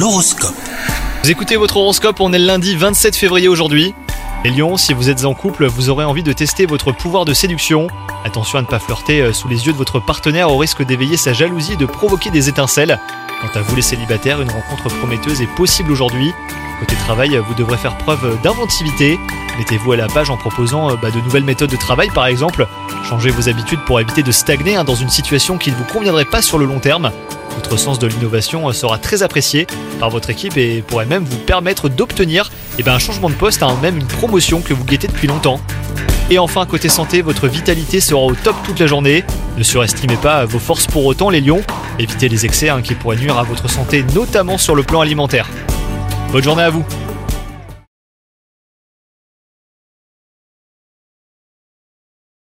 L'horoscope. Vous écoutez votre horoscope, on est le lundi 27 février aujourd'hui. Les lions, si vous êtes en couple, vous aurez envie de tester votre pouvoir de séduction. Attention à ne pas flirter sous les yeux de votre partenaire au risque d'éveiller sa jalousie et de provoquer des étincelles. Quant à vous les célibataires, une rencontre prometteuse est possible aujourd'hui. Côté travail, vous devrez faire preuve d'inventivité. Mettez-vous à la page en proposant de nouvelles méthodes de travail par exemple. Changez vos habitudes pour éviter de stagner dans une situation qui ne vous conviendrait pas sur le long terme. Votre sens de l'innovation sera très apprécié par votre équipe et pourrait même vous permettre d'obtenir un changement de poste, même une promotion que vous guettez depuis longtemps. Et enfin, côté santé, votre vitalité sera au top toute la journée. Ne surestimez pas vos forces pour autant les lions. Évitez les excès qui pourraient nuire à votre santé, notamment sur le plan alimentaire. Bonne journée à vous.